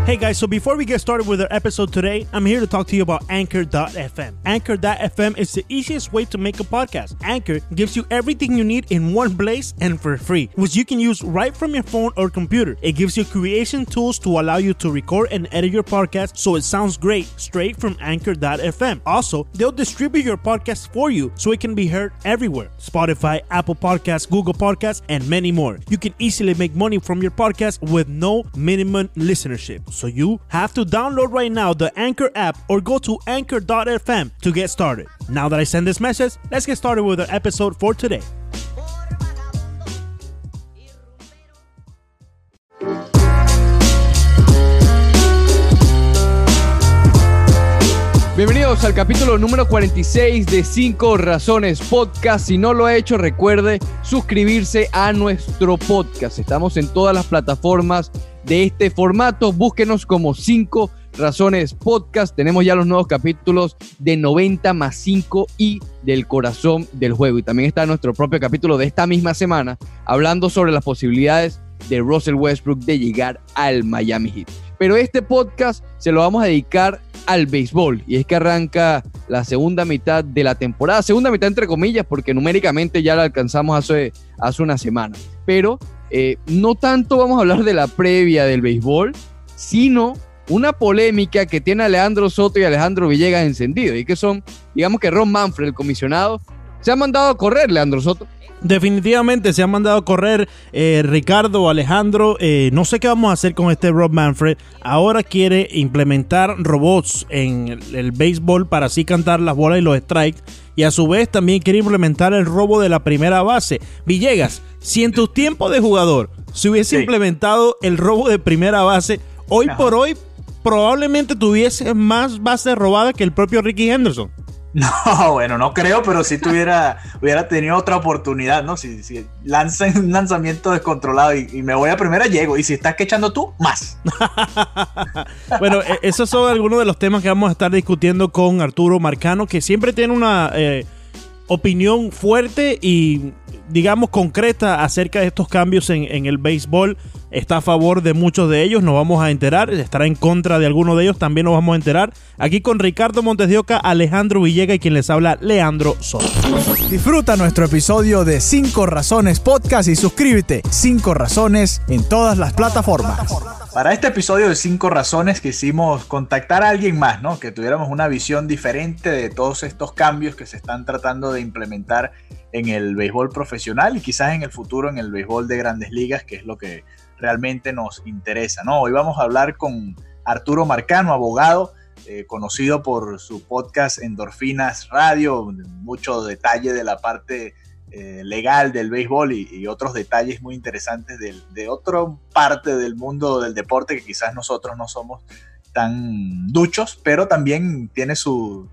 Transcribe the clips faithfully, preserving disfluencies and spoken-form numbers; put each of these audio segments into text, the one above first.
Hey guys, so before we get started with our episode today, I'm here to talk to you about Anchor dot f m. Anchor dot f m is the easiest way to make a podcast. Anchor gives you everything you need in one place and for free, which you can use right from your phone or computer. It gives you creation tools to allow you to record and edit your podcast so it sounds great straight from Anchor dot f m. Also, they'll distribute your podcast for you so it can be heard everywhere. Spotify, Apple Podcasts, Google Podcasts, and many more. You can easily make money from your podcast with no minimum listenership. So you have to download right now the Anchor app or go to Anchor dot f m to get started. Now that I send this message, let's get started with our episode for today. Bienvenidos al capítulo número cuarenta y seis de cinco Razones Podcast. Si no lo ha hecho, recuerde suscribirse a nuestro podcast. Estamos en todas las plataformas de este formato. Búsquenos como cinco Razones Podcast. Tenemos ya los nuevos capítulos de noventa más cinco y del corazón del juego. Y también está nuestro propio capítulo de esta misma semana hablando sobre las posibilidades de Russell Westbrook de llegar al Miami Heat. Pero este podcast se lo vamos a dedicar al béisbol, y es que arranca la segunda mitad de la temporada, segunda mitad entre comillas, porque numéricamente ya la alcanzamos hace, hace una semana, pero eh, no tanto vamos a hablar de la previa del béisbol, sino una polémica que tiene Alejandro Soto y Alejandro Villegas encendido, y que son, digamos que Rob Manfred, el comisionado, se ha mandado a correr, Leandro Soto. Definitivamente se han mandado a correr eh, Ricardo, Alejandro. Eh, no sé qué vamos a hacer con este Rob Manfred. Ahora quiere implementar robots en el, el béisbol para así cantar las bolas y los strikes. Y a su vez también quiere implementar el robo de la primera base. Villegas, si en tu tiempo de jugador se hubiese sí. implementado el robo de primera base, hoy Ajá. por hoy probablemente tuviese más bases robadas que el propio Ricky Henderson. No, bueno, no creo, pero si tuviera hubiera tenido otra oportunidad, ¿no? Si, si lanzan un lanzamiento descontrolado y, y me voy a primera, llego. Y si estás quechando tú, más. Bueno, esos son algunos de los temas que vamos a estar discutiendo con Arturo Marcano, que siempre tiene una eh, opinión fuerte y, digamos, concreta acerca de estos cambios en, en el béisbol. Está a favor de muchos de ellos, nos vamos a enterar. Estará en contra de algunos de ellos, también nos vamos a enterar. Aquí con Ricardo Montes de Oca, Alejandro Villegas y quien les habla, Leandro Soto. Disfruta nuestro episodio de cinco Razones Podcast y suscríbete. cinco Razones en todas las plataformas. Para este episodio de cinco Razones quisimos contactar a alguien más, ¿no? Que tuviéramos una visión diferente de todos estos cambios que se están tratando de implementar en el béisbol profesional y quizás en el futuro en el béisbol de Grandes Ligas, que es lo que realmente nos interesa, ¿no? Hoy vamos a hablar con Arturo Marcano, abogado, eh, conocido por su podcast Endorfinas Radio, mucho detalle de la parte eh, legal del béisbol y, y otros detalles muy interesantes de, de otra parte del mundo del deporte que quizás nosotros no somos tan duchos, pero también tiene su,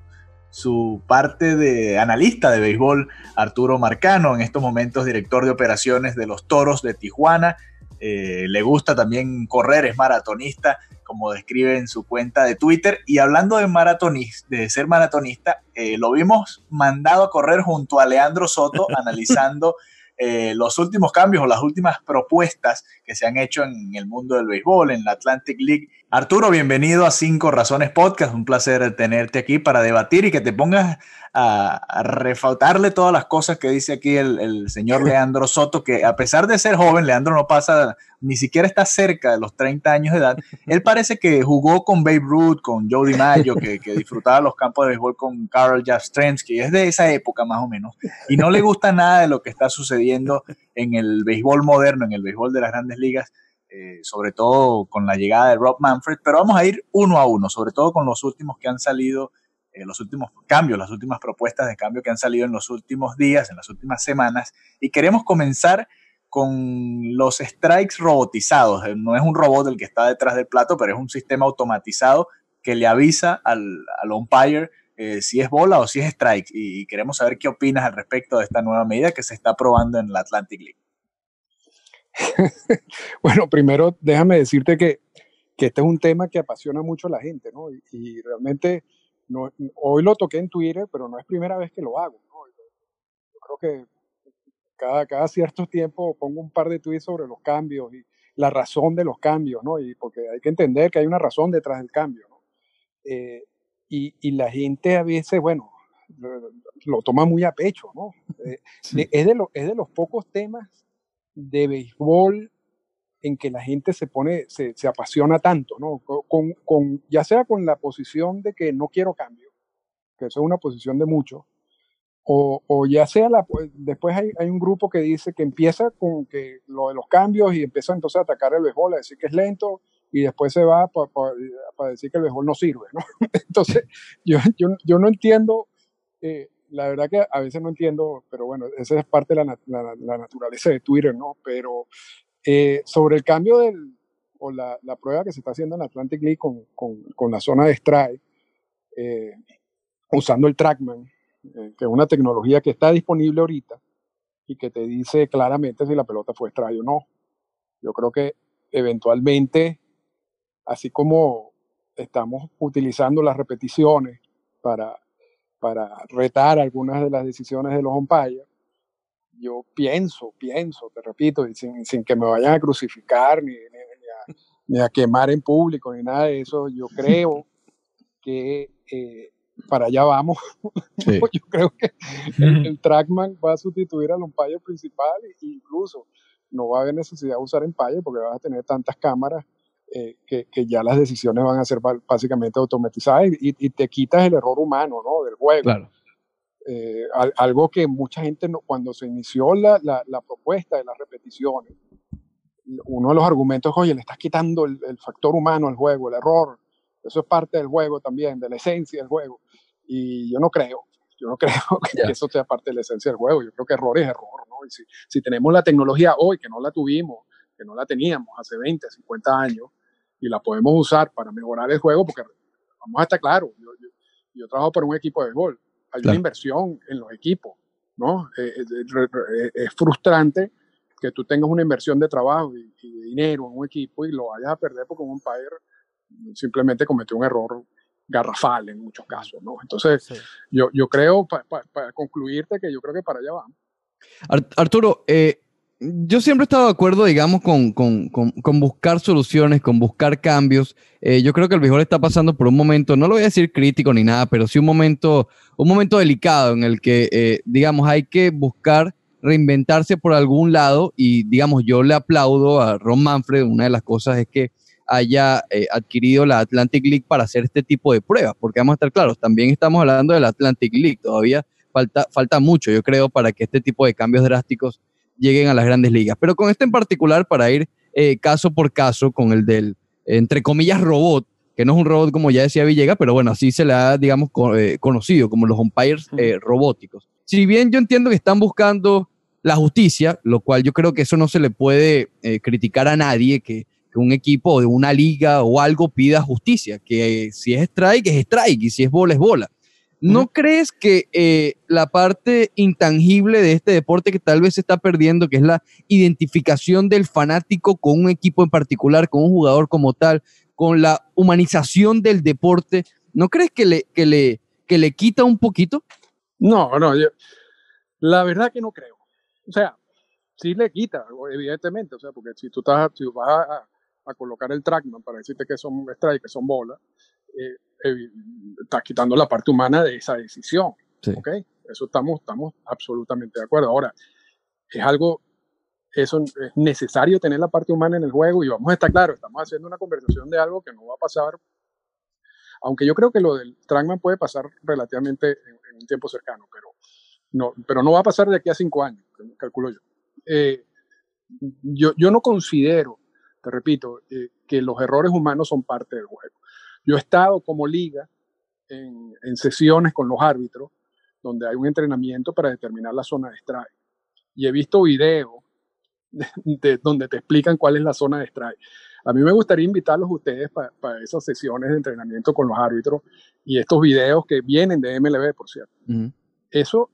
su parte de analista de béisbol. Arturo Marcano, en estos momentos director de operaciones de los Toros de Tijuana. Eh, le gusta también correr, es maratonista, como describe en su cuenta de Twitter. Y hablando de, maratonis, de ser maratonista, eh, lo vimos mandado a correr junto a Leandro Soto, analizando eh, los últimos cambios o las últimas propuestas que se han hecho en el mundo del béisbol, en la Atlantic League. Arturo, bienvenido a cinco Razones Podcast, un placer tenerte aquí para debatir y que te pongas a, a refutarle todas las cosas que dice aquí el, el señor Leandro Soto, que a pesar de ser joven, Leandro no pasa, ni siquiera está cerca de los treinta años de edad. Él parece que jugó con Babe Ruth, con Joe DiMaggio, que, que disfrutaba los campos de béisbol con Carl Yastrzemski, es de esa época más o menos, y no le gusta nada de lo que está sucediendo en el béisbol moderno, en el béisbol de las Grandes Ligas. Eh, sobre todo con la llegada de Rob Manfred, pero vamos a ir uno a uno, sobre todo con los últimos que han salido, eh, los últimos cambios, las últimas propuestas de cambio que han salido en los últimos días, en las últimas semanas, y queremos comenzar con los strikes robotizados. No es un robot el que está detrás del plato, pero es un sistema automatizado que le avisa al, al umpire eh, si es bola o si es strike, y, y queremos saber qué opinas al respecto de esta nueva medida que se está probando en la Atlantic League. Bueno, primero déjame decirte que, que este es un tema que apasiona mucho a la gente, ¿no? Y, y realmente no, hoy lo toqué en Twitter, pero no es primera vez que lo hago, ¿no? Yo, yo creo que cada, cada cierto tiempo pongo un par de tweets sobre los cambios y la razón de los cambios, ¿no? Y porque hay que entender que hay una razón detrás del cambio, ¿no? Eh, y, y la gente a veces, bueno, lo, lo toma muy a pecho, ¿no? Eh, Sí. de- es, de lo- es de los pocos temas de béisbol en que la gente se pone, se, se apasiona tanto, ¿no? Con, con- con- ya sea con la posición de que no quiero cambio, que eso es una posición de muchos, o, o ya sea la, pues, después hay, hay un grupo que dice que empieza con que lo de los cambios y empieza entonces a atacar el béisbol, a decir que es lento y después se va para decir que el béisbol no sirve, ¿no? Entonces, yo, yo, yo no entiendo, eh, la verdad que a veces no entiendo, pero bueno, esa es parte de la, nat- la- la naturaleza de Twitter, ¿no? Pero eh, sobre el cambio del, o la, la prueba que se está haciendo en Atlantic League con, con, con la zona de strike, eh, usando el Trackman, eh, que es una tecnología que está disponible ahorita y que te dice claramente si la pelota fue strike o no. Yo creo que eventualmente, así como estamos utilizando las repeticiones para, para retar algunas de las decisiones de los umpires, yo pienso, pienso, te repito, y sin, sin que me vayan a crucificar ni, ni, ni a, ni a quemar en público ni nada de eso, yo creo que eh, para allá vamos. Sí. Yo creo que el, el Trackman va a sustituir al umpire principal e incluso no va a haber necesidad de usar umpire porque vas a tener tantas cámaras eh, que, que ya las decisiones van a ser básicamente automatizadas y, y te quitas el error humano, ¿no? Del juego. Claro. Eh, al, algo que mucha gente, no, cuando se inició la, la, la propuesta de las repeticiones, uno de los argumentos es, oye, le estás quitando el, el factor humano al juego, el error. Eso es parte del juego también, de la esencia del juego. Y yo no creo, yo no creo que, Yeah. que eso sea parte de la esencia del juego. Yo creo que error es error, ¿no? Y si, si tenemos la tecnología hoy, que no la tuvimos, que no la teníamos hace veinte, cincuenta años, y la podemos usar para mejorar el juego, porque vamos a estar claros, yo, yo, yo trabajo para un equipo de béisbol, hay Claro. una inversión en los equipos, ¿no? Eh, eh, es frustrante que tú tengas una inversión de trabajo y, y de dinero en un equipo y lo vayas a perder porque un umpire simplemente cometió un error garrafal en muchos casos, ¿no? Entonces, sí. yo, yo creo, para pa, pa concluirte, que yo creo que para allá vamos. Arturo, eh, yo siempre he estado de acuerdo, digamos, con, con, con, con buscar soluciones, con buscar cambios. Eh, yo creo que el béisbol está pasando por un momento, no lo voy a decir crítico ni nada, pero sí un momento, un momento delicado en el que, eh, digamos, hay que buscar reinventarse por algún lado y, digamos, yo le aplaudo a Ron Manfred. Una de las cosas es que haya eh, adquirido la Atlantic League para hacer este tipo de pruebas, porque vamos a estar claros, también estamos hablando de la Atlantic League, todavía falta, falta mucho, yo creo, para que este tipo de cambios drásticos lleguen a las grandes ligas. Pero con este en particular, para ir eh, caso por caso, con el del, entre comillas, robot, que no es un robot como ya decía Villegas, pero bueno, así se le ha, digamos, co eh, conocido como los umpires eh, robóticos. Si bien yo entiendo que están buscando la justicia, lo cual yo creo que eso no se le puede eh, criticar a nadie, que, que un equipo de una liga o algo pida justicia, que eh, si es strike, es strike, y si es bola, es bola. ¿No uh-huh. crees que eh, la parte intangible de este deporte que tal vez se está perdiendo, que es la identificación del fanático con un equipo en particular, con un jugador como tal, con la humanización del deporte, ¿no crees que le, que le, que le quita un poquito? No, no, yo, la verdad que no creo. O sea, sí le quita, evidentemente, o sea, porque si tú estás, si vas a, a colocar el Trackman para decirte que son strike, que son bolas, eh, eh, estás quitando la parte humana de esa decisión. Sí. ¿Ok? Eso estamos, estamos absolutamente de acuerdo. Ahora, es algo, eso es necesario tener la parte humana en el juego y vamos a estar claros, estamos haciendo una conversación de algo que no va a pasar, aunque yo creo que lo del Trackman puede pasar relativamente en, en un tiempo cercano, pero no, pero no va a pasar de aquí a cinco años, calculo yo. Eh, yo, yo no considero, te repito, eh, que los errores humanos son parte del juego. Yo he estado como liga en, en sesiones con los árbitros donde hay un entrenamiento para determinar la zona de strike y he visto videos de, de, donde te explican cuál es la zona de strike. A mí me gustaría invitarlos a ustedes para pa esas sesiones de entrenamiento con los árbitros y estos videos que vienen de M L B, por cierto. Uh-huh. Eso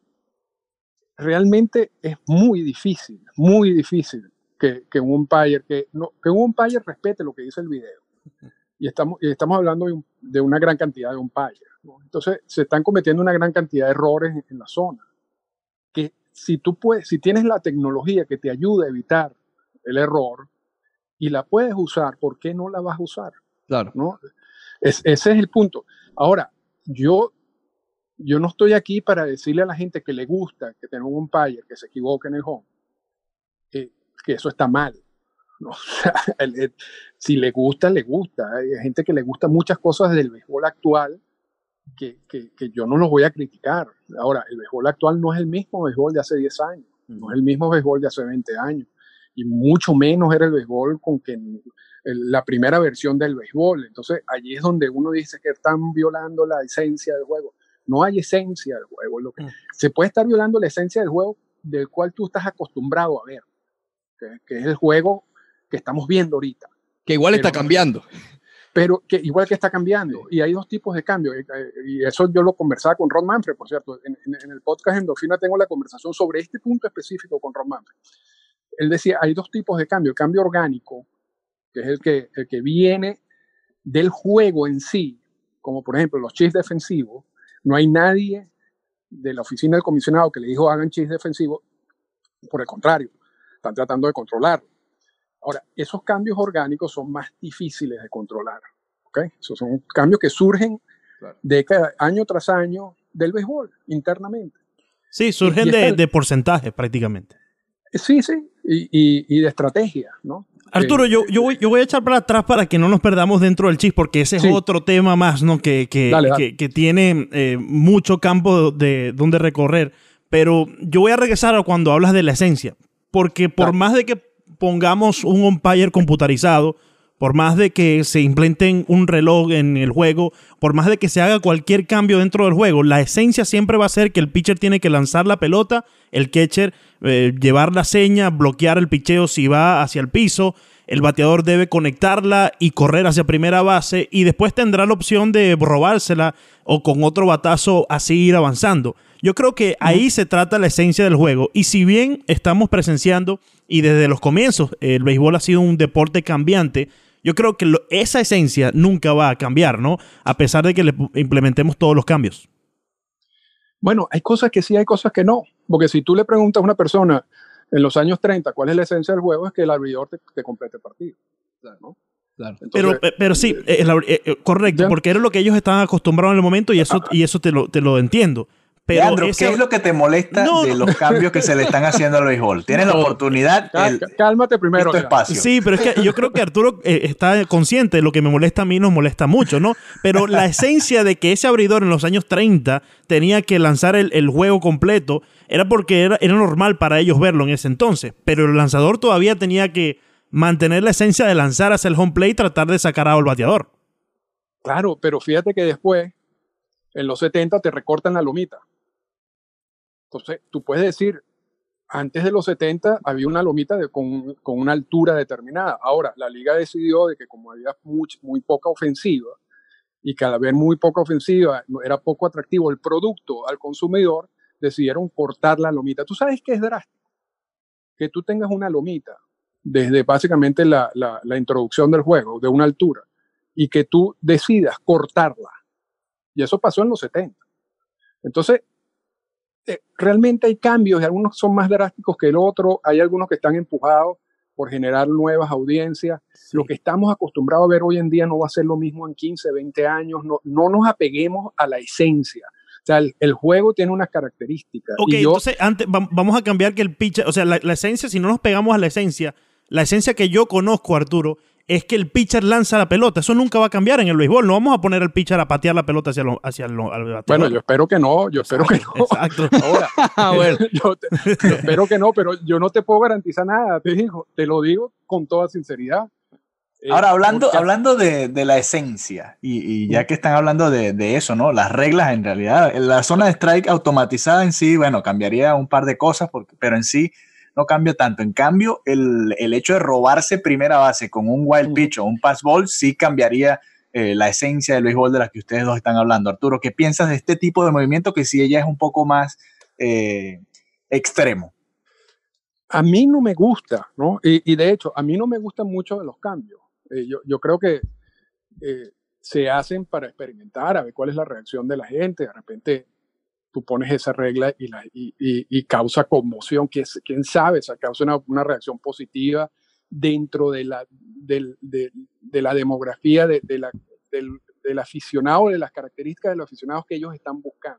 realmente es muy difícil, muy difícil que, que un umpire, que, no, que un umpire respete lo que dice el video. Y estamos, y estamos hablando de, un, de una gran cantidad de umpires, ¿no? Entonces se están cometiendo una gran cantidad de errores en, en la zona. Que si tú puedes, si tienes la tecnología que te ayuda a evitar el error, y la puedes usar, ¿por qué no la vas a usar? Claro. ¿No? Es, ese es el punto. Ahora, yo, yo no estoy aquí para decirle a la gente que le gusta que tenga un umpire que se equivoque en el home, eh, que eso está mal. ¿No? O sea, el, el, si le gusta, le gusta. Hay gente que le gusta muchas cosas del béisbol actual que, que, que yo no los voy a criticar. Ahora, el béisbol actual no es el mismo béisbol de hace diez años, no es el mismo béisbol de hace veinte años, y mucho menos era el béisbol con que el, la primera versión del béisbol. Entonces, allí es donde uno dice que están violando la esencia del juego. No hay esencia del juego. Lo que, mm. Se puede estar violando la esencia del juego del cual tú estás acostumbrado a ver, que, que es el juego que estamos viendo ahorita. Que igual pero, está cambiando. Pero que igual que está cambiando. Sí. Y hay dos tipos de cambio. Y eso yo lo conversaba con Ron Manfred, por cierto. En, en, en el podcast Endorfina tengo la conversación sobre este punto específico con Ron Manfred. Él decía, hay dos tipos de cambio. El cambio orgánico, que es el que, el que viene del juego en sí, como por ejemplo los chips defensivos. No hay nadie de la oficina del comisionado que le dijo hagan chips defensivos. Por el contrario, están tratando de controlarlo. Ahora, esos cambios orgánicos son más difíciles de controlar. ¿Okay? Esos son cambios que surgen claro. de cada, año tras año del béisbol, internamente. Sí, surgen y, y de, esta, de porcentaje prácticamente. Sí, sí, y, y, y de estrategia, ¿no? Arturo, eh, yo, yo, voy, yo voy a echar para atrás para que no nos perdamos dentro del chis, porque ese es sí. otro tema más, ¿no? Que, que, dale, dale. que, que tiene eh, mucho campo de, de donde recorrer. Pero yo voy a regresar a cuando hablas de la esencia, porque por dale. más de que pongamos un umpire computarizado, por más de que se implementen un reloj en el juego, por más de que se haga cualquier cambio dentro del juego, la esencia siempre va a ser que el pitcher tiene que lanzar la pelota, el catcher eh, llevar la seña, bloquear el picheo si va hacia el piso, el bateador debe conectarla y correr hacia primera base y después tendrá la opción de robársela o con otro batazo así ir avanzando. Yo creo que ahí se trata la esencia del juego. Y si bien estamos presenciando, y desde los comienzos el béisbol ha sido un deporte cambiante, yo creo que lo, esa esencia nunca va a cambiar, ¿no? A pesar de que le implementemos todos los cambios. Bueno, hay cosas que sí, hay cosas que no. Porque si tú le preguntas a una persona en los años treinta cuál es la esencia del juego, es que el abridor te, te complete el partido. Claro, ¿no? Claro. Pero, pero sí, eh, eh, eh, correcto, ¿ya? Porque era lo que ellos estaban acostumbrados en el momento y eso, ah, y eso te, lo, te lo entiendo. Pero Leandro, ese... ¿qué es lo que te molesta no, de los cambios que se le están haciendo al béisbol? Tienes no, la oportunidad. El, cálmate primero. Tu espacio. Sí, pero es que yo creo que Arturo eh, está consciente de lo que me molesta a mí, nos molesta mucho, ¿no? Pero la esencia de que ese abridor en los años treinta tenía que lanzar el, el juego completo era porque era, era normal para ellos verlo en ese entonces. Pero el lanzador todavía tenía que mantener la esencia de lanzar hacia el home plate y tratar de sacar al bateador. Claro, pero fíjate que después, en los setenta, te recortan la lomita. Entonces, tú puedes decir, antes de los setenta había una lomita de, con, con una altura determinada. Ahora, la liga decidió de que como había muy, muy poca ofensiva y que al haber muy poca ofensiva era poco atractivo el producto al consumidor, decidieron cortar la lomita. ¿Tú sabes qué es drástico? Que tú tengas una lomita desde básicamente la, la, la introducción del juego, de una altura, y que tú decidas cortarla. Y eso pasó en los setenta. Entonces, Eh, realmente hay cambios y algunos son más drásticos que el otro, hay algunos que están empujados por generar nuevas audiencias. Sí. Lo que estamos acostumbrados a ver hoy en día no va a ser lo mismo en quince, veinte años, no, no nos apeguemos a la esencia. O sea, el, el juego tiene unas características. Ok, y yo, entonces antes, vamos a cambiar que el pitcher, o sea, la, la esencia, si no nos pegamos a la esencia, la esencia que yo conozco, Arturo, es que el pitcher lanza la pelota. Eso nunca va a cambiar en el béisbol. No vamos a poner al pitcher a patear la pelota hacia, lo, hacia el bateador. Bueno, yo espero que no. Yo espero que no. Exacto. Ahora, bueno. yo, te, yo espero que no, pero yo no te puedo garantizar nada. Te digo, te lo digo con toda sinceridad. Ahora, hablando, porque... hablando de, de la esencia, y, y ya que están hablando de, de eso, ¿no? Las reglas en realidad, la zona de strike automatizada en sí, bueno, cambiaría un par de cosas, porque, pero en sí no cambia tanto. En cambio, el, el hecho de robarse primera base con un wild pitch o un pass ball sí cambiaría eh, la esencia del béisbol de la que ustedes dos están hablando. Arturo, ¿qué piensas de este tipo de movimiento que sí ella es un poco más eh, extremo? A mí no me gusta, ¿no? Y, y de hecho, a mí no me gustan mucho de los cambios. Eh, yo, yo creo que eh, se hacen para experimentar, a ver cuál es la reacción de la gente. De repente tú pones esa regla y, la, y, y, y causa conmoción. ¿Quién sabe? O sea, causa una, una reacción positiva dentro de la, de, de, de la demografía de, de la, del, del aficionado, de las características de los aficionados que ellos están buscando.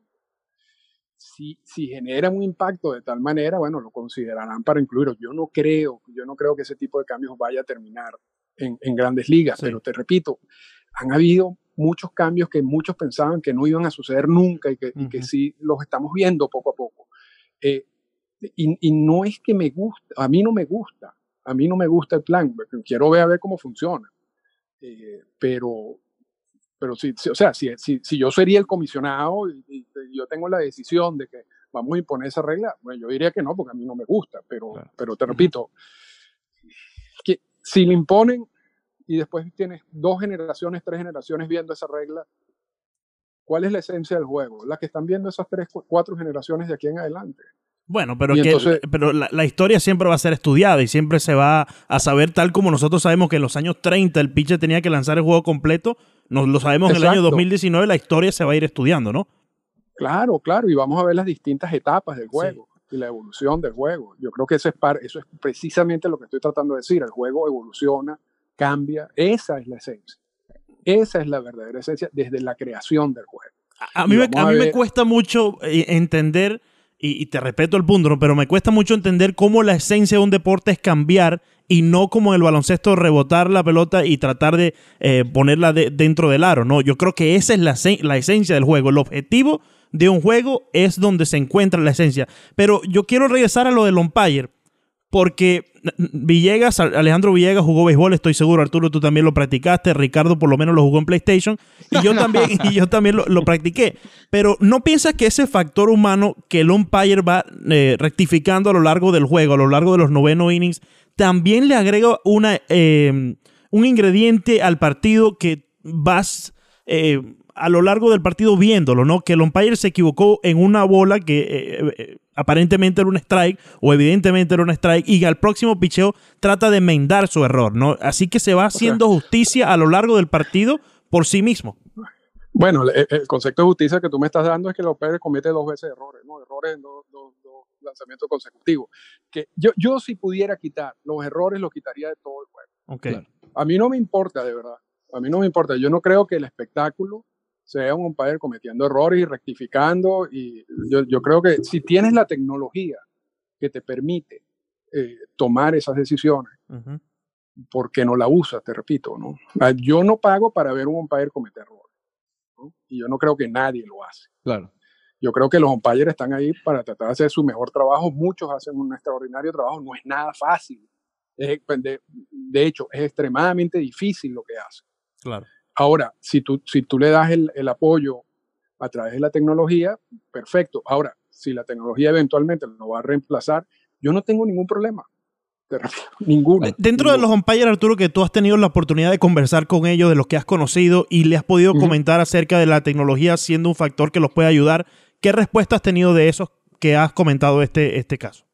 Si, si generan un impacto de tal manera, bueno, lo considerarán para incluirlo. Yo no creo, yo no creo que ese tipo de cambios vaya a terminar en, en grandes ligas, sí. Pero te repito, han habido muchos cambios que muchos pensaban que no iban a suceder nunca y que, uh-huh. y que sí los estamos viendo poco a poco. Eh, y, y no es que me gusta, a mí no me gusta, a mí no me gusta el plan, quiero ver a ver cómo funciona. Eh, pero... Pero si, si, o sea, si, si, si yo sería el comisionado y, y, y yo tengo la decisión de que vamos a imponer esa regla, bueno, yo diría que no, porque a mí no me gusta, pero, claro. pero te repito, que si le imponen y después tienes dos generaciones, tres generaciones viendo esa regla, ¿cuál es la esencia del juego? La que están viendo esas tres, cuatro generaciones de aquí en adelante. Bueno, pero, que, entonces, pero la, la historia siempre va a ser estudiada y siempre se va a saber, tal como nosotros sabemos que en los años treinta el pitcher tenía que lanzar el juego completo, nos lo sabemos exacto. En el año dos mil diecinueve, la historia se va a ir estudiando, ¿no? Claro, claro, y vamos a ver las distintas etapas del juego sí. y la evolución del juego. Yo creo que eso es, par, eso es precisamente lo que estoy tratando de decir. El juego evoluciona, cambia, esa es la esencia. Esa es la verdadera esencia desde la creación del juego. A, a mí, me, a a mí me cuesta mucho entender... Y, y te respeto el punto, ¿no? Pero me cuesta mucho entender cómo la esencia de un deporte es cambiar y no como en el baloncesto rebotar la pelota y tratar de eh, ponerla de, dentro del aro, ¿no? Yo creo que esa es la, la esencia del juego. El objetivo de un juego es donde se encuentra la esencia. Pero yo quiero regresar a lo del umpire porque Villegas, Alejandro Villegas jugó béisbol, estoy seguro, Arturo, tú también lo practicaste, Ricardo por lo menos lo jugó en PlayStation, y yo también, y yo también lo, lo practiqué. Pero ¿no piensas que ese factor humano que el umpire va eh, rectificando a lo largo del juego, a lo largo de los noveno innings, también le agrega una, eh, un ingrediente al partido que vas... Eh, a lo largo del partido viéndolo, ¿no? Que el umpire se equivocó en una bola que eh, eh, aparentemente era un strike o evidentemente era un strike y al próximo picheo trata de enmendar su error, ¿no? Así que se va haciendo justicia a lo largo del partido por sí mismo. Bueno, el, el concepto de justicia que tú me estás dando es que el umpire comete dos veces errores, ¿no? Errores en dos, dos, dos lanzamientos consecutivos. Que yo, yo si pudiera quitar los errores, los quitaría de todo el juego. Okay. Claro. A mí no me importa, de verdad. A mí no me importa. Yo no creo que el espectáculo sea un umpire cometiendo errores y rectificando. Y yo, yo creo que si tienes la tecnología que te permite eh, tomar esas decisiones, uh-huh. ¿por qué no la usas? Te repito, ¿no? Yo no pago para ver un umpire cometer errores, ¿no? Y yo no creo que nadie lo hace. Claro. Yo creo que los umpires están ahí para tratar de hacer su mejor trabajo. Muchos hacen un extraordinario trabajo. No es nada fácil. Es, de, de hecho, es extremadamente difícil lo que hacen. Claro. Ahora, si tú, si tú le das el, el apoyo a través de la tecnología, perfecto. Ahora, si la tecnología eventualmente lo va a reemplazar, yo no tengo ningún problema. Ninguno. Dentro ninguno. De los umpires, Arturo, que tú has tenido la oportunidad de conversar con ellos, de los que has conocido y le has podido uh-huh. comentar acerca de la tecnología siendo un factor que los puede ayudar, ¿qué respuesta has tenido de esos que has comentado este, este caso?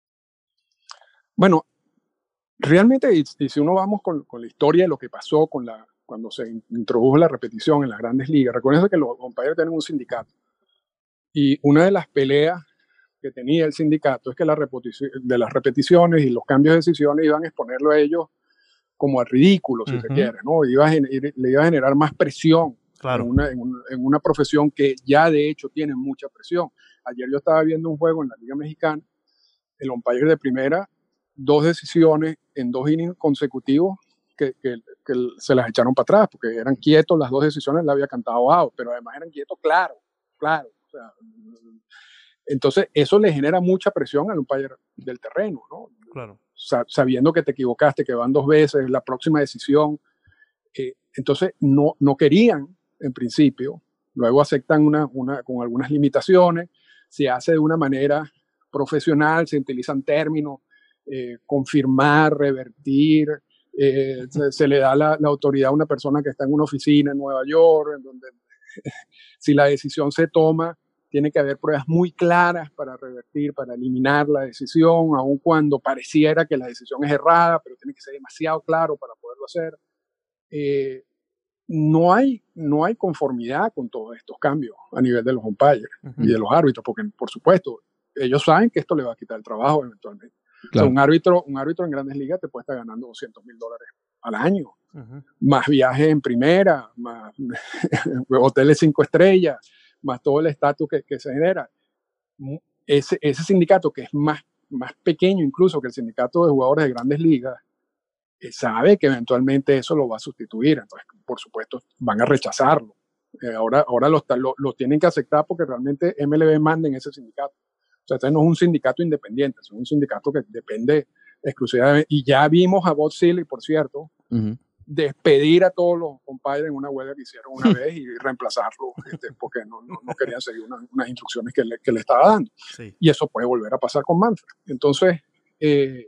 Bueno, realmente, y, y si uno vamos con, con la historia de lo que pasó con la cuando se introdujo la repetición en las grandes ligas. Recuerden que los umpires tienen un sindicato y una de las peleas que tenía el sindicato es que la de las repeticiones y los cambios de decisiones iban a exponerlo a ellos como al ridículo, si uh-huh. se quiere, ¿no? Iba a, le iba a generar más presión claro. en, una, en, un, en una profesión que ya de hecho tiene mucha presión. Ayer yo estaba viendo un juego en la Liga Mexicana, el umpire de primera, dos decisiones en dos innings consecutivos Que, que, que se las echaron para atrás porque eran quietos, las dos decisiones le había cantado out, pero además eran quietos, claro, claro. O sea, entonces eso le genera mucha presión al umpire del terreno, ¿no? Claro. Sa- sabiendo que te equivocaste, que van dos veces, la próxima decisión. Eh, entonces no, no querían, en principio, luego aceptan una, una, con algunas limitaciones, se hace de una manera profesional, se utilizan términos, eh, confirmar, revertir. Eh, se, se le da la, la autoridad a una persona que está en una oficina en Nueva York, en donde si la decisión se toma, tiene que haber pruebas muy claras para revertir, para eliminar la decisión, aun cuando pareciera que la decisión es errada, pero tiene que ser demasiado claro para poderlo hacer. Eh, no hay, no hay conformidad con todos estos cambios a nivel de los umpires uh-huh. y de los árbitros, porque por supuesto ellos saben que esto le va a quitar el trabajo eventualmente. Claro. O sea, un árbitro, un árbitro en Grandes Ligas te puede estar ganando doscientos mil dólares al año. Uh-huh. Más viajes en primera, más hoteles cinco estrellas, más todo el estatus que, que se genera. Ese, ese sindicato que es más, más pequeño incluso que el sindicato de jugadores de Grandes Ligas, eh, sabe que eventualmente eso lo va a sustituir. Entonces, por supuesto, van a rechazarlo. Eh, ahora ahora lo, lo, lo tienen que aceptar porque realmente M L B manda en ese sindicato. O sea, este no es un sindicato independiente, es un sindicato que depende exclusivamente. Y ya vimos a Bob Seeley, por cierto, uh-huh. despedir a todos los compadres en una huelga que hicieron una vez y reemplazarlo este, porque no, no, no querían seguir una, unas instrucciones que le, que le estaba dando. Sí. Y eso puede volver a pasar con Manfred. Entonces, eh,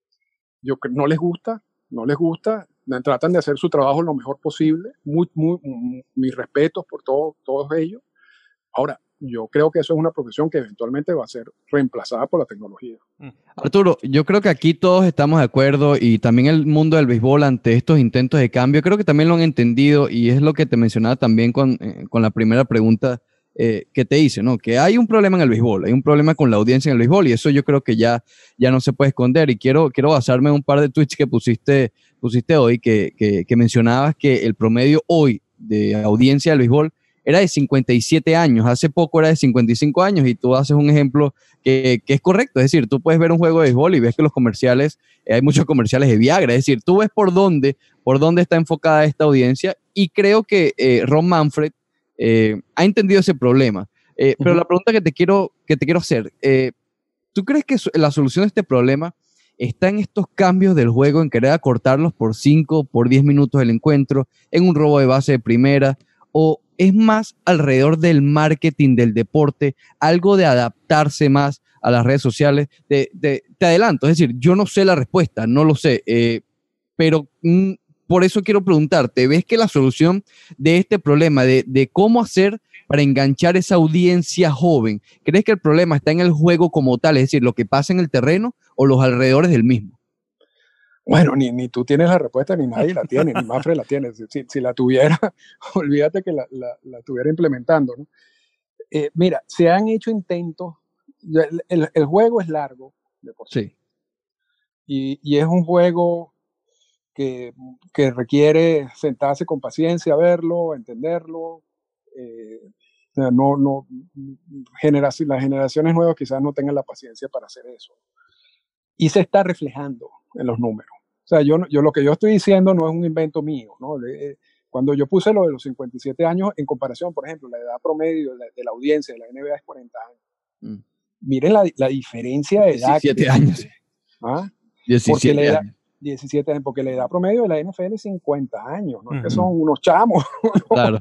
yo no les gusta, no les gusta, tratan de hacer su trabajo lo mejor posible. Muy, muy, muy, mis respetos por todo, todos ellos. Ahora, yo creo que eso es una profesión que eventualmente va a ser reemplazada por la tecnología. Arturo, yo creo que aquí todos estamos de acuerdo y también el mundo del béisbol ante estos intentos de cambio, creo que también lo han entendido y es lo que te mencionaba también con, eh, con la primera pregunta eh, que te hice, ¿no? Que hay un problema en el béisbol, hay un problema con la audiencia en el béisbol y eso yo creo que ya, ya no se puede esconder y quiero, quiero basarme en un par de tweets que pusiste, pusiste hoy que, que, que mencionabas que el promedio hoy de audiencia del béisbol era de cincuenta y siete años, hace poco era de cincuenta y cinco años y tú haces un ejemplo que, que es correcto, es decir, tú puedes ver un juego de béisbol y ves que los comerciales, eh, hay muchos comerciales de Viagra, es decir, tú ves por dónde, por dónde está enfocada esta audiencia y creo que eh, Rob Manfred eh, ha entendido ese problema, eh, uh-huh. pero la pregunta que te quiero, que te quiero hacer, eh, ¿tú crees que la solución de este problema está en estos cambios del juego, en querer acortarlos por cinco, por diez minutos el encuentro, en un robo de base de primera, o es más alrededor del marketing del deporte, algo de adaptarse más a las redes sociales? Te, te, te adelanto, es decir, yo no sé la respuesta, no lo sé, eh, pero mm, por eso quiero preguntarte, ¿ves que la solución de este problema, de, de cómo hacer para enganchar esa audiencia joven, crees que el problema está en el juego como tal, es decir, lo que pasa en el terreno o los alrededores del mismo? Bueno, ni, ni tú tienes la respuesta, ni nadie la tiene, ni Manfred la tiene. Si, si la tuviera, olvídate que la, la, la estuviera implementando, ¿no? Eh, mira, se han hecho intentos, el, el, el juego es largo, de por sí. Y, y es un juego que, que requiere sentarse con paciencia, verlo, entenderlo. Eh, no, no, generac- las generaciones nuevas quizás no tengan la paciencia para hacer eso. Y se está reflejando en los números. O sea, yo, yo lo que yo estoy diciendo no es un invento mío, ¿no? De, cuando yo puse lo de los cincuenta y siete años, en comparación, por ejemplo, la edad promedio de la, de la audiencia de la N B A es cuarenta años. Mm. Miren la, la diferencia de edad. diecisiete años. ¿Ah? diecisiete porque la edad, años. diecisiete años, porque la edad promedio de la N F L es cincuenta años, ¿no? Uh-huh. Que son unos chamos. Claro.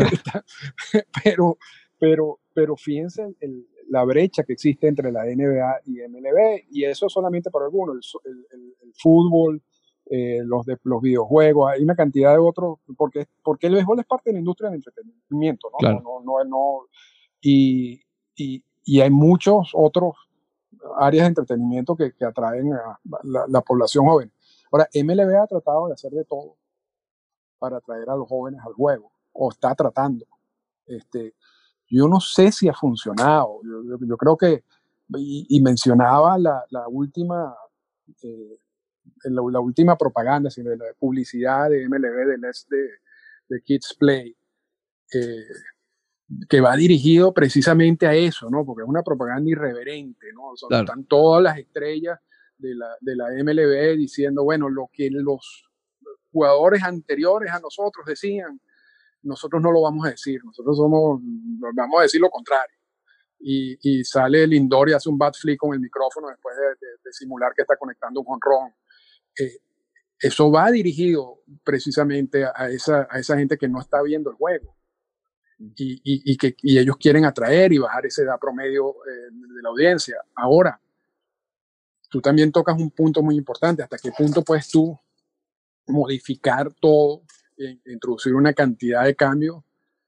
pero, pero, pero fíjense el, la brecha que existe entre la N B A y M L B, y eso solamente para algunos, el, el, el fútbol, eh, los, de, los videojuegos, hay una cantidad de otros, porque, porque el béisbol es parte de la industria del entretenimiento, ¿no? Claro. no, no, no, no y, y, y hay muchos otros áreas de entretenimiento que, que atraen a la, la población joven. Ahora, M L B ha tratado de hacer de todo para atraer a los jóvenes al juego, o está tratando. Este, yo no sé si ha funcionado. Yo, yo, yo creo que, y, y mencionaba la, la última eh, la, la última propaganda, sino de la publicidad de M L B, de, de, de Kids Play, eh, que va dirigido precisamente a eso, ¿no? Porque es una propaganda irreverente, ¿no? Son, claro. Están todas las estrellas de la, de la M L B diciendo, bueno, lo que los jugadores anteriores a nosotros decían, nosotros no lo vamos a decir, nosotros somos, vamos a decir lo contrario. Y, y sale Lindor y hace un bat flip con el micrófono después de, de, de simular que está conectando un jonrón. Eh, eso va dirigido precisamente a esa, a esa gente que no está viendo el juego. Y, y, y que y ellos quieren atraer y bajar esa edad promedio eh, de la audiencia. Ahora, tú también tocas un punto muy importante. ¿Hasta qué punto puedes tú modificar todo, e introducir una cantidad de cambios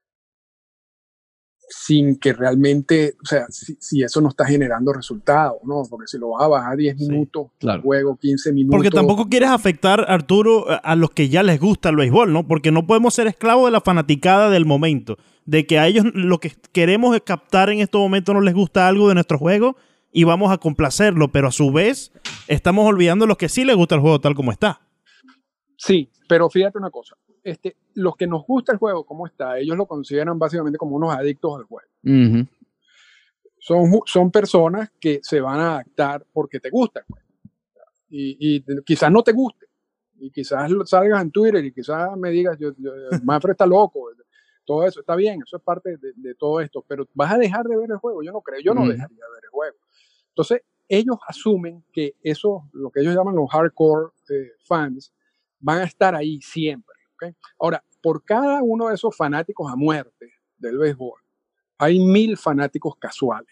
sin que realmente, o sea, si, si eso no está generando resultados, ¿no? Porque si lo vas a bajar diez sí, minutos, claro. Juego quince minutos. Porque tampoco quieres afectar, Arturo, a los que ya les gusta el béisbol, ¿no? Porque no podemos ser esclavos de la fanaticada del momento, de que a ellos lo que queremos es captar en estos momentos no les gusta algo de nuestro juego y vamos a complacerlo, pero a su vez estamos olvidando a los que sí les gusta el juego tal como está. Sí, pero fíjate una cosa. Este, los que nos gusta el juego como está, ellos lo consideran básicamente como unos adictos al juego. Uh-huh. Son, son personas que se van a adaptar porque te gusta el juego. Y, y quizás no te guste. Y quizás salgas en Twitter y quizás me digas, yo, yo, Manfred está loco. Todo eso está bien, eso es parte de, de todo esto. Pero ¿vas a dejar de ver el juego? Yo no creo, yo no uh-huh. dejaría de ver el juego. Entonces, ellos asumen que eso, lo que ellos llaman los hardcore eh, fans, van a estar ahí siempre. ¿Okay? Ahora, por cada uno de esos fanáticos a muerte del béisbol, hay mil fanáticos casuales.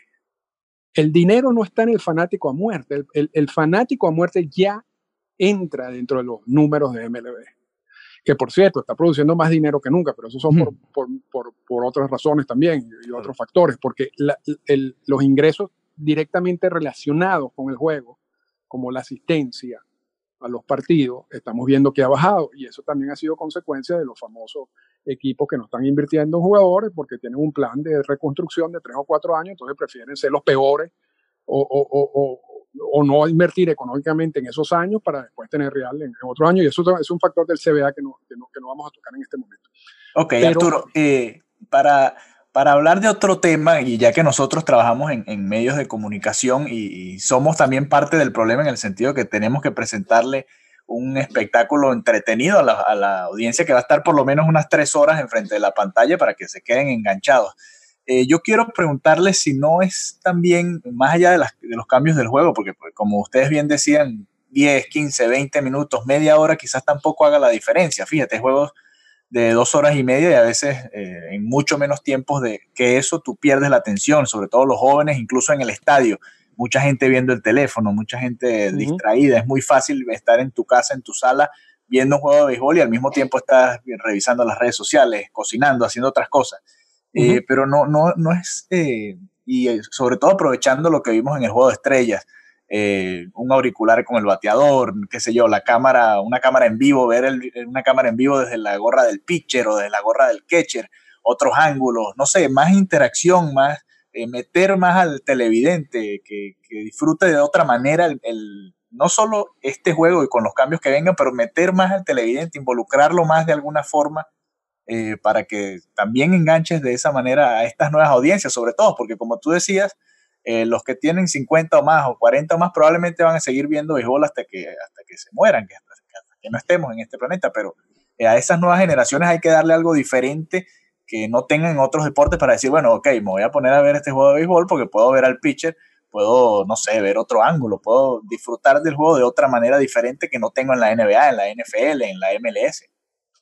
El dinero no está en el fanático a muerte. El, el, el fanático a muerte ya entra dentro de los números de M L B. Que, por cierto, está produciendo más dinero que nunca, pero eso son por, por, por, por otras razones también y, y otros factores, porque la, el, los ingresos directamente relacionados con el juego, como la asistencia a los partidos, estamos viendo que ha bajado, y eso también ha sido consecuencia de los famosos equipos que no están invirtiendo en jugadores porque tienen un plan de reconstrucción de tres o cuatro años, entonces prefieren ser los peores o, o, o, o, o no invertir económicamente en esos años para después tener real en, en otros años, y eso es un factor del C B A que no, que no, que no vamos a tocar en este momento. Ok, pero, Arturo, eh, para, para hablar de otro tema, y ya que nosotros trabajamos en, en medios de comunicación y, y somos también parte del problema en el sentido que tenemos que presentarle un espectáculo entretenido a la, a la audiencia que va a estar por lo menos unas tres horas enfrente de la pantalla para que se queden enganchados. Eh, yo quiero preguntarles si no es también, más allá de, las, de los cambios del juego, porque pues, como ustedes bien decían, diez, quince, veinte minutos, media hora quizás tampoco haga la diferencia. Fíjate, juegos de dos horas y media y a veces eh, en mucho menos tiempos de que eso tú pierdes la atención, sobre todo los jóvenes, incluso en el estadio. Mucha gente viendo el teléfono, mucha gente uh-huh. distraída. Es muy fácil estar en tu casa, en tu sala, viendo un juego de béisbol y al mismo tiempo estás revisando las redes sociales, cocinando, haciendo otras cosas. Uh-huh. Eh, pero no, no, no es... Eh, y sobre todo aprovechando lo que vimos en el Juego de Estrellas, eh, un auricular con el bateador, qué sé yo, la cámara, una cámara en vivo, ver el, una cámara en vivo desde la gorra del pitcher o desde la gorra del catcher, otros ángulos, no sé, más interacción, más... Eh, meter más al televidente, que, que disfrute de otra manera el, el, no solo este juego y con los cambios que vengan, pero meter más al televidente, involucrarlo más de alguna forma eh, para que también enganches de esa manera a estas nuevas audiencias, sobre todo, porque como tú decías, eh, los que tienen cincuenta o más o cuarenta o más probablemente van a seguir viendo béisbol hasta que, hasta que se mueran, que hasta, hasta que no estemos en este planeta, pero eh, a esas nuevas generaciones hay que darle algo diferente que no tengan otros deportes para decir, bueno, ok, me voy a poner a ver este juego de béisbol porque puedo ver al pitcher, puedo, no sé, ver otro ángulo, puedo disfrutar del juego de otra manera diferente que no tengo en la N B A, en la N F L, en la M L S.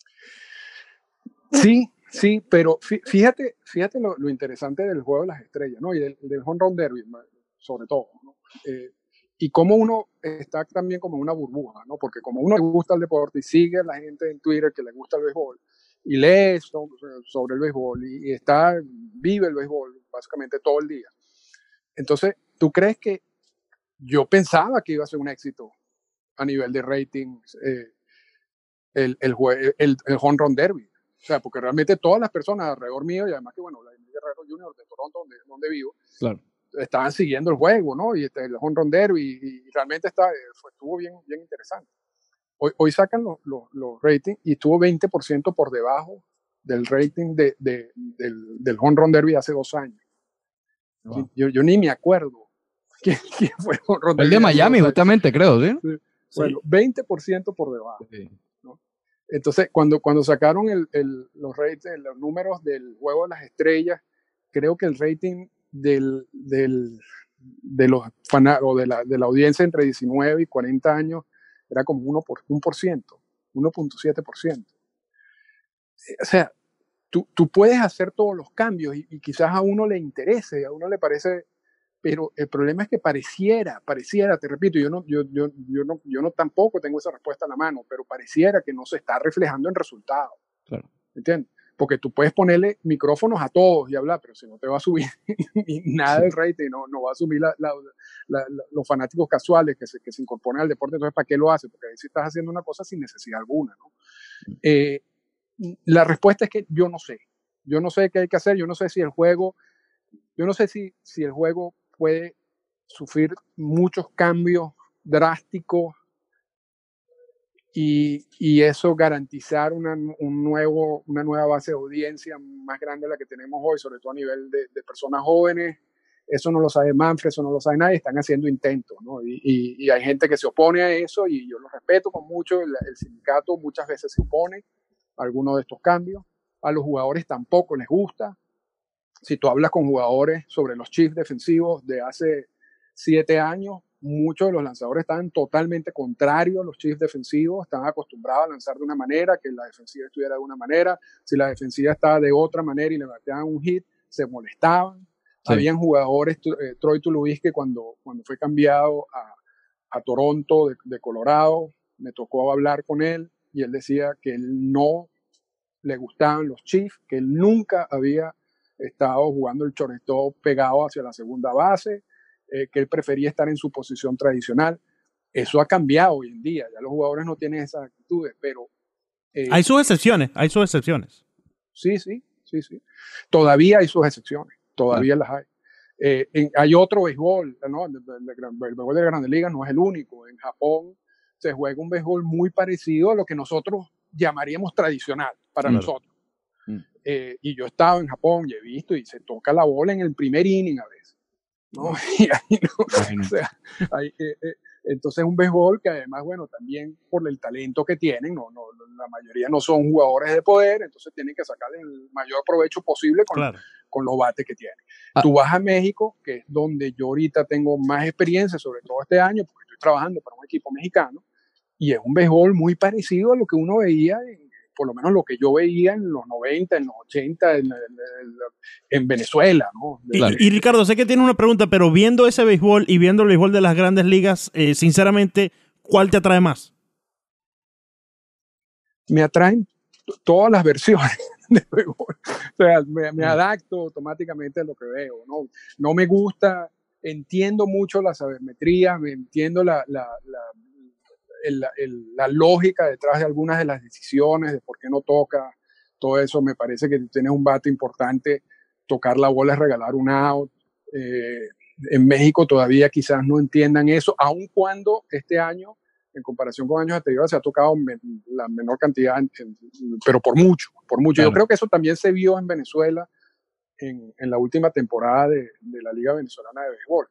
Sí, sí, pero fíjate, fíjate lo, lo interesante del juego de las estrellas, ¿no? Y del, del home run derby, sobre todo, ¿no? Eh, y cómo uno está también como en una burbuja, ¿no? Porque como uno le gusta el deporte y sigue a la gente en Twitter que le gusta el béisbol, y lee sobre el béisbol y está, vive el béisbol básicamente todo el día. Entonces, ¿tú crees que yo pensaba que iba a ser un éxito a nivel de ratings eh, el, el, el, el home run derby? O sea, porque realmente todas las personas alrededor mío, y además que, bueno, la Guerrero junior de Toronto, donde, donde vivo, claro, estaban siguiendo el juego, ¿no? Y este, el home run derby, y, y realmente está, fue, estuvo bien, bien interesante. Hoy, hoy sacan los, los, los ratings y estuvo veinte por ciento por debajo del rating de, de, del, del home run derby hace dos años. Wow. Yo, yo ni me acuerdo quién, quién fue el home run derby. El de Miami, justamente, creo, ¿sí? Sí. Bueno, veinte por ciento por debajo. Sí. ¿No? Entonces, cuando, cuando sacaron el, el, los, ratings, los números del Juego de las Estrellas, creo que el rating del, del, de, los fan, o de, la, de la audiencia entre diecinueve y cuarenta años era como uno por ciento, uno punto siete por ciento. O sea, tú, tú puedes hacer todos los cambios y, y quizás a uno le interese, a uno le parece, pero el problema es que pareciera, pareciera, te repito, yo no, yo, yo, yo no, yo no tampoco tengo esa respuesta a la mano, pero pareciera que no se está reflejando en resultados. Claro. ¿Entiendes? Porque tú puedes ponerle micrófonos a todos y hablar, pero si no te va a subir nada sí. del rating, no, no va a subir la, la, la, la, los fanáticos casuales que se, que se incorporan al deporte, entonces ¿para qué lo hace? Porque ahí sí estás haciendo una cosa sin necesidad alguna, ¿no? Eh, la respuesta es que yo no sé, yo no sé qué hay que hacer, yo no sé si el juego, yo no sé si, si el juego puede sufrir muchos cambios drásticos y, y eso garantizar una, un nuevo, una nueva base de audiencia más grande de la que tenemos hoy, sobre todo a nivel de, de personas jóvenes. Eso no lo sabe Manfred, eso no lo sabe nadie, están haciendo intentos, ¿no? Y, y, y hay gente que se opone a eso y yo lo respeto con mucho. El, el sindicato muchas veces se opone a algunos de estos cambios. A los jugadores tampoco les gusta. Si tú hablas con jugadores sobre los Chiefs defensivos de hace siete años, muchos de los lanzadores estaban totalmente contrarios a los Chiefs defensivos, estaban acostumbrados a lanzar de una manera, que la defensiva estuviera de una manera. Si la defensiva estaba de otra manera y le bateaban un hit, se molestaban. Sí. Habían jugadores, eh, Troy Tulowitzki, cuando, cuando fue cambiado a, a Toronto de, de Colorado, me tocó hablar con él y él decía que él no le gustaban los Chiefs, que él nunca había estado jugando el shortstop pegado hacia la segunda base, eh, que él prefería estar en su posición tradicional. Eso ha cambiado hoy en día, ya los jugadores no tienen esas actitudes, pero... Eh, hay sus excepciones, hay sus excepciones. Sí, sí, sí, sí. Todavía hay sus excepciones, todavía claro. las hay. Eh, en, hay otro béisbol, ¿no? El, el, el, el béisbol de Grandes Ligas no es el único. En Japón se juega un béisbol muy parecido a lo que nosotros llamaríamos tradicional para mm. nosotros. Mm. Eh, y yo he estado en Japón y he visto y se toca la bola en el primer inning a veces, ¿no? Y ahí no, bueno. o sea, hay, eh, eh, entonces es un béisbol que además, bueno, también por el talento que tienen, no, no, la mayoría no son jugadores de poder, entonces tienen que sacar el mayor provecho posible con, claro. con los bates que tienen. Ah. Tú vas a México, que es donde yo ahorita tengo más experiencia, sobre todo este año, porque estoy trabajando para un equipo mexicano, y es un béisbol muy parecido a lo que uno veía, en, por lo menos lo que yo veía en los noventa, en los ochenta, en, en, en Venezuela, ¿no? Y, claro. y Ricardo, sé que tiene una pregunta, pero viendo ese béisbol y viendo el béisbol de las Grandes Ligas, eh, sinceramente, ¿cuál te atrae más? Me atraen todas las versiones de béisbol. O sea, me, me adapto automáticamente a lo que veo, ¿no? No me gusta, entiendo mucho la sabermetría, me entiendo la, la, la El, el, la lógica detrás de algunas de las decisiones, de por qué no toca, todo eso. Me parece que tienes un bate importante, tocar la bola es regalar un out. Eh, en México todavía quizás no entiendan eso, aun cuando este año, en comparación con años anteriores, se ha tocado men, la menor cantidad, en, en, pero por mucho, por mucho. Claro. Yo creo que eso también se vio en Venezuela en, en la última temporada de, de la Liga Venezolana de Béisbol.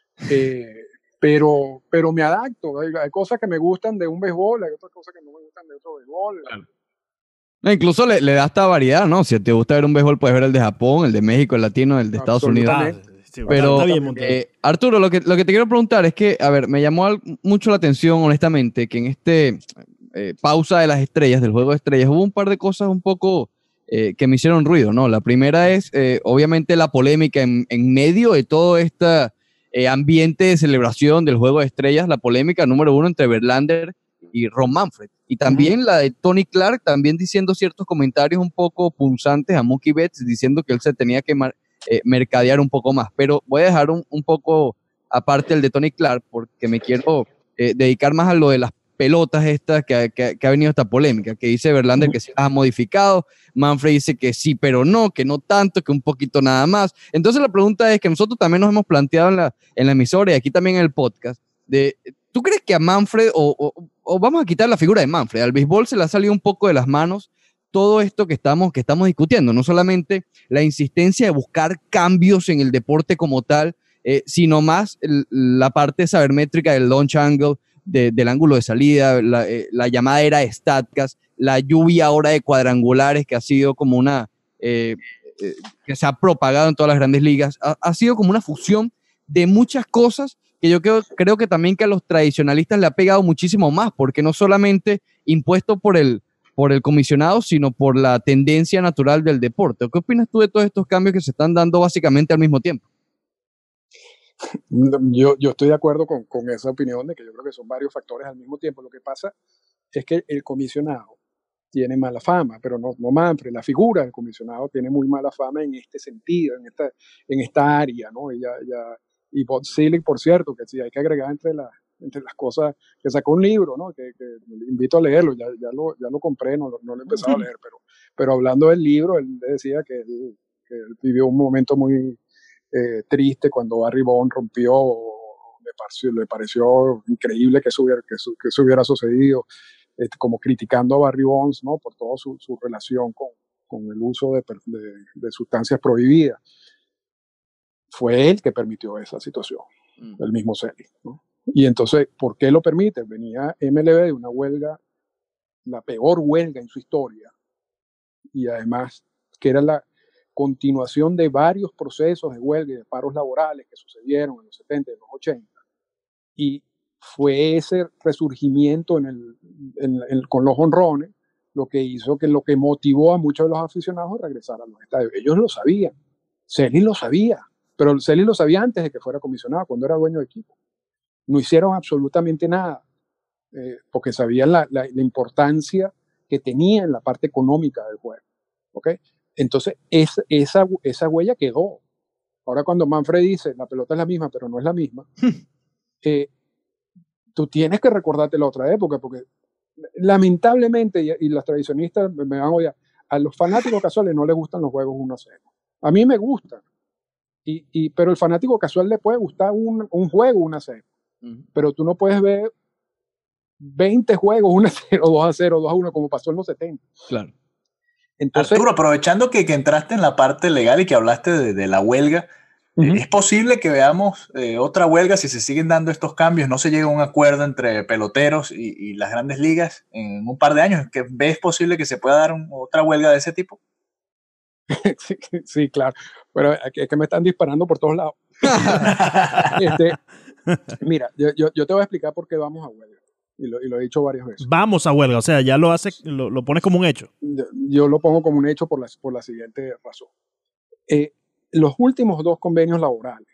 Eh, Pero, pero me adapto. Hay, hay cosas que me gustan de un béisbol, hay otras cosas que no me gustan de otro béisbol. Claro. No, incluso le, le da esta variedad, ¿no? Si te gusta ver un béisbol, puedes ver el de Japón, el de México, el latino, el de Estados Unidos. Ah, sí, pero, bien, eh, Arturo, lo que, lo que te quiero preguntar es que, a ver, me llamó mucho la atención, honestamente, que en este eh, pausa de las estrellas, del juego de estrellas, hubo un par de cosas un poco eh, que me hicieron ruido, ¿no? La primera es, eh, obviamente, la polémica en, en medio de todo esta... Eh, ambiente de celebración del Juego de Estrellas, la polémica número uno entre Verlander y Rob Manfred. Y también uh-huh. la de Tony Clark, también diciendo ciertos comentarios un poco punzantes a Mookie Betts, diciendo que él se tenía que mar- eh, mercadear un poco más. Pero voy a dejar un, un poco aparte el de Tony Clark, porque me quiero eh, dedicar más a lo de las pelotas estas que, que, que ha venido esta polémica, que dice Verlander uh-huh. que se las ha modificado, Manfred dice que sí, pero no, que no tanto, que un poquito nada más. Entonces la pregunta es que nosotros también nos hemos planteado en la, en la emisora y aquí también en el podcast, de, ¿tú crees que a Manfred, o, o, o vamos a quitar la figura de Manfred, al béisbol se le ha salido un poco de las manos todo esto que estamos, que estamos discutiendo? No solamente la insistencia de buscar cambios en el deporte como tal, eh, sino más el, la parte sabermétrica del launch angle, De, del ángulo de salida, la, eh, la llamada era de Statcast, la lluvia ahora de cuadrangulares que ha sido como una, eh, eh, que se ha propagado en todas las grandes ligas, ha, ha sido como una fusión de muchas cosas que yo creo, creo que también que a los tradicionalistas le ha pegado muchísimo más, porque no solamente impuesto por el, por el comisionado, sino por la tendencia natural del deporte. ¿Qué opinas tú de todos estos cambios que se están dando básicamente al mismo tiempo? Yo, yo estoy de acuerdo con, con esa opinión de que yo creo que son varios factores al mismo tiempo. Lo que pasa es que el comisionado tiene mala fama, pero no, no Manfred, la figura del comisionado tiene muy mala fama en este sentido, en esta, en esta área, ¿no? Y, ya, ya, y Bob Selig, por cierto, que sí hay que agregar entre, la, entre las cosas, que sacó un libro, ¿no? Que, que invito a leerlo, ya, ya, lo, ya lo compré, no, no lo he empezado a leer, pero, pero hablando del libro, él decía que él, que él vivió un momento muy... Eh, triste cuando Barry Bonds rompió le pareció, le pareció increíble que eso hubiera, que eso, que eso hubiera sucedido, este, como criticando a Barry Bonds, ¿no? Por toda su, su relación con, con el uso de, de, de sustancias prohibidas. Fue él que permitió esa situación, mm. el mismo Selly, ¿no? Y entonces, ¿por qué lo permite? Venía M L B de una huelga, la peor huelga en su historia, y además que era la continuación de varios procesos de huelga y de paros laborales que sucedieron en los setenta y en los ochenta, y fue ese resurgimiento en el, en, en, con los jonrones lo que hizo que lo que motivó a muchos de los aficionados a regresar a los estadios. Ellos lo sabían, Selly lo sabía, pero Selly lo sabía antes de que fuera comisionado, cuando era dueño de equipo. No hicieron absolutamente nada, eh, porque sabían la, la, la importancia que tenía en la parte económica del juego, ¿okay? Entonces, es, esa, esa huella quedó. Ahora cuando Manfred dice, la pelota es la misma, pero no es la misma, eh, tú tienes que recordarte la otra época, porque lamentablemente, y, y los tradicionistas me van a odiar, a los fanáticos casuales no les gustan los juegos uno a cero. A mí me gustan, y, y, pero el fanático casual le puede gustar un, un juego uno a cero, uh-huh. Pero tú no puedes ver veinte juegos uno a cero, dos a cero, dos a uno, como pasó en los setenta. Claro. Entonces, Arturo, aprovechando que, que entraste en la parte legal y que hablaste de, de la huelga, uh-huh. ¿Es posible que veamos eh, otra huelga si se siguen dando estos cambios? ¿No se llega a un acuerdo entre peloteros y, y las grandes ligas en un par de años? ¿Que ¿Ves posible que se pueda dar un, otra huelga de ese tipo? Sí, sí, claro. Pero es que me están disparando por todos lados. este, mira, yo, yo, yo te voy a explicar por qué vamos a huelga. Y lo, y lo he dicho varias veces. Vamos a huelga, o sea, ya lo hace, lo, lo pones como un hecho. Yo, yo lo pongo como un hecho por la, por la siguiente razón. Eh, los últimos dos convenios laborales,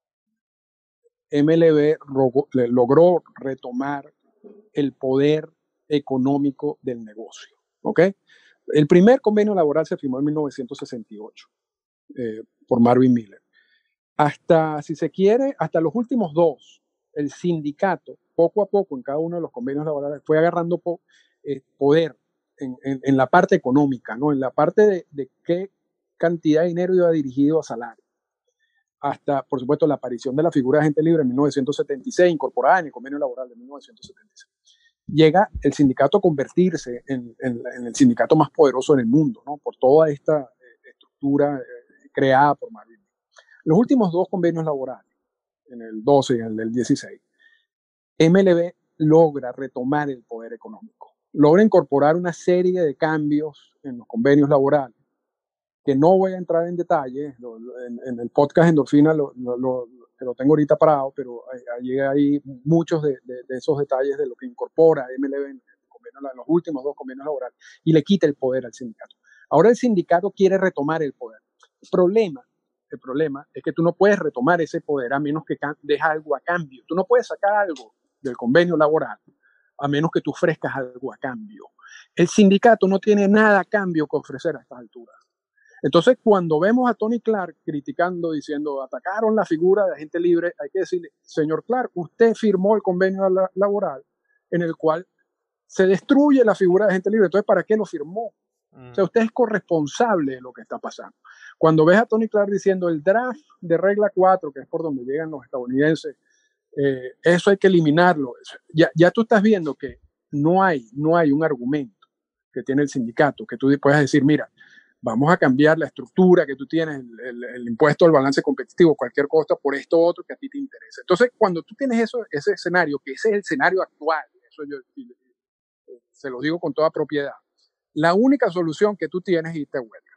M L B rogó, logró retomar el poder económico del negocio, ¿ok? El primer convenio laboral se firmó en mil novecientos sesenta y ocho eh, por Marvin Miller. Hasta, si se quiere, hasta los últimos dos, el sindicato, poco a poco en cada uno de los convenios laborales, fue agarrando po, eh, poder en, en, en la parte económica, ¿no? En la parte de, de qué cantidad de dinero iba dirigido a salario. Hasta, por supuesto, la aparición de la figura de agente libre en mil novecientos setenta y seis, incorporada en el convenio laboral de mil novecientos setenta y seis. Llega el sindicato a convertirse en, en, en el sindicato más poderoso en el mundo, ¿no? Por toda esta eh, estructura eh, creada por Marvin. Los últimos dos convenios laborales, en el doce y en el dieciséis, M L B logra retomar el poder económico, logra incorporar una serie de cambios en los convenios laborales, que no voy a entrar en detalle, lo, lo, en, en el podcast Endorfina lo, lo, lo, lo tengo ahorita parado, pero allí hay muchos de, de, de esos detalles de lo que incorpora M L B en, el convenio, en los últimos dos convenios laborales, y le quita el poder al sindicato. Ahora el sindicato quiere retomar el poder. El problema, el problema es que tú no puedes retomar ese poder a menos que dejes algo a cambio. Tú no puedes sacar algo del convenio laboral a menos que tú ofrezcas algo a cambio. El sindicato no tiene nada a cambio que ofrecer a estas alturas. Entonces, cuando vemos a Tony Clark criticando, diciendo, atacaron la figura de agente libre, hay que decirle, señor Clark, usted firmó el convenio laboral en el cual se destruye la figura de agente libre. Entonces, ¿para qué lo firmó? Mm. O sea, usted es corresponsable de lo que está pasando. Cuando ves a Tony Clark diciendo el draft de regla cuatro, que es por donde llegan los estadounidenses, eh, eso hay que eliminarlo. Ya, ya tú estás viendo que no hay, no hay un argumento que tiene el sindicato, que tú puedas decir, mira, vamos a cambiar la estructura que tú tienes, el, el, el impuesto al balance competitivo, cualquier cosa, por esto otro que a ti te interesa. Entonces, cuando tú tienes eso, ese escenario, que ese es el escenario actual, eso yo se lo digo con toda propiedad, la única solución que tú tienes es irte a huelga.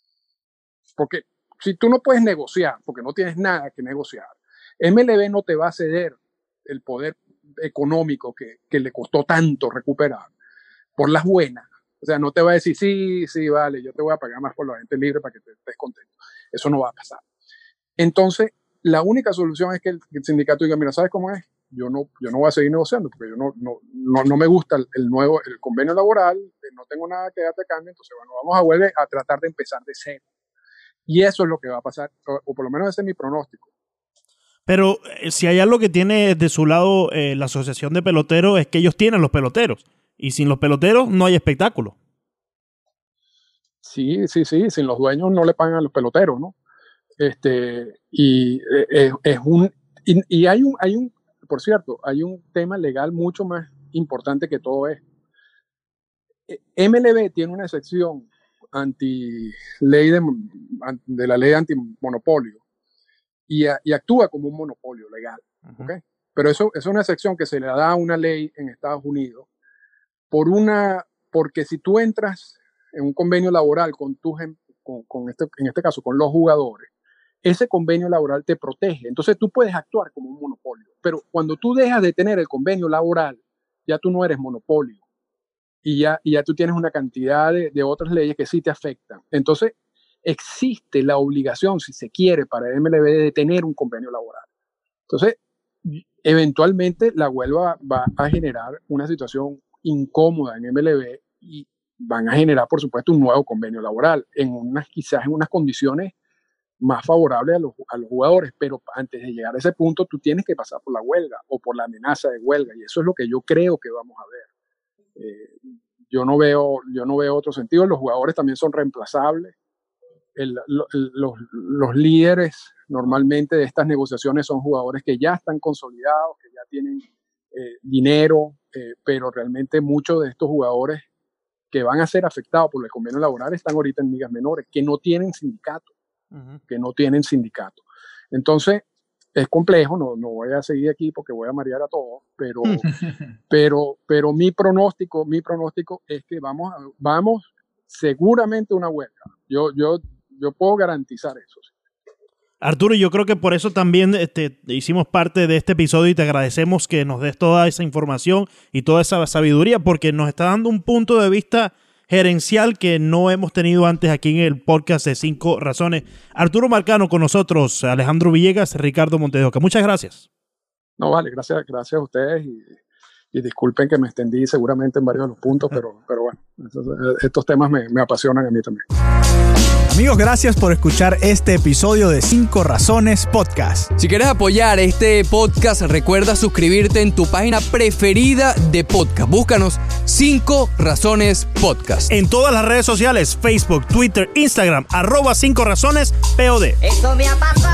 Porque si tú no puedes negociar, porque no tienes nada que negociar, M L B no te va a ceder el poder económico que, que le costó tanto recuperar por las buenas. O sea, no te va a decir, sí, sí, vale, yo te voy a pagar más por la gente libre para que te estés contento. Eso no va a pasar. Entonces, la única solución es que el, el sindicato diga, mira, ¿sabes cómo es? Yo no, yo no voy a seguir negociando porque yo no, no, no, no me gusta el, el nuevo el convenio laboral, no tengo nada que darte cambio, entonces, bueno, vamos a huelga a tratar de empezar de cero. Y eso es lo que va a pasar, o, o por lo menos ese es mi pronóstico. Pero eh, si hay algo que tiene de su lado eh, la Asociación de Peloteros es que ellos tienen los peloteros. Y sin los peloteros no hay espectáculo. Sí, sí, sí. Sin los dueños no le pagan a los peloteros, ¿no? Este, y es, es un, y, y hay un, hay un, por cierto, hay un tema legal mucho más importante que todo esto. M L B tiene una sección anti ley de, de la ley antimonopolio y, a, y actúa como un monopolio legal. Uh-huh. ¿Okay? Pero eso, eso es una sección que se le da a una ley en Estados Unidos por una, porque si tú entras en un convenio laboral con tus, con, con este, en este caso con los jugadores, ese convenio laboral te protege. Entonces tú puedes actuar como un monopolio. Pero cuando tú dejas de tener el convenio laboral, ya tú no eres monopolio. Y ya, y ya tú tienes una cantidad de, de otras leyes que sí te afectan. Entonces, existe la obligación, si se quiere, para M L B de tener un convenio laboral. Entonces, eventualmente la huelga va a generar una situación incómoda en M L B y van a generar, por supuesto, un nuevo convenio laboral, en unas, quizás en unas condiciones más favorables a los, a los jugadores, pero antes de llegar a ese punto, tú tienes que pasar por la huelga o por la amenaza de huelga, y eso es lo que yo creo que vamos a ver. Eh, yo no veo yo no veo otro sentido. Los jugadores también son reemplazables. El, lo, el, los, los líderes normalmente de estas negociaciones son jugadores que ya están consolidados, que ya tienen eh, dinero, eh, pero realmente muchos de estos jugadores que van a ser afectados por el convenio laboral están ahorita en ligas menores, que no tienen sindicato, uh-huh. que no tienen sindicato. Entonces, es complejo, no, no voy a seguir aquí porque voy a marear a todos, pero, pero, pero mi pronóstico, mi pronóstico es que vamos, a, vamos seguramente a una huelga. Yo, yo, yo puedo garantizar eso. Arturo, yo creo que por eso también este, hicimos parte de este episodio y te agradecemos que nos des toda esa información y toda esa sabiduría, porque nos está dando un punto de vista gerencial que no hemos tenido antes aquí en el podcast de Cinco Razones. Arturo Marcano con nosotros, Alejandro Villegas, Ricardo Montes de Oca. Muchas gracias. No, vale, gracias, gracias a ustedes y, y disculpen que me extendí seguramente en varios de los puntos, pero, pero bueno, estos, estos temas me, me apasionan a mí también. Amigos, gracias por escuchar este episodio de Cinco Razones Podcast. Si quieres apoyar este podcast, recuerda suscribirte en tu página preferida de podcast. Búscanos Cinco Razones Podcast. En todas las redes sociales, Facebook, Twitter, Instagram, arroba Cinco Razones P O D. Esto me ha pasado.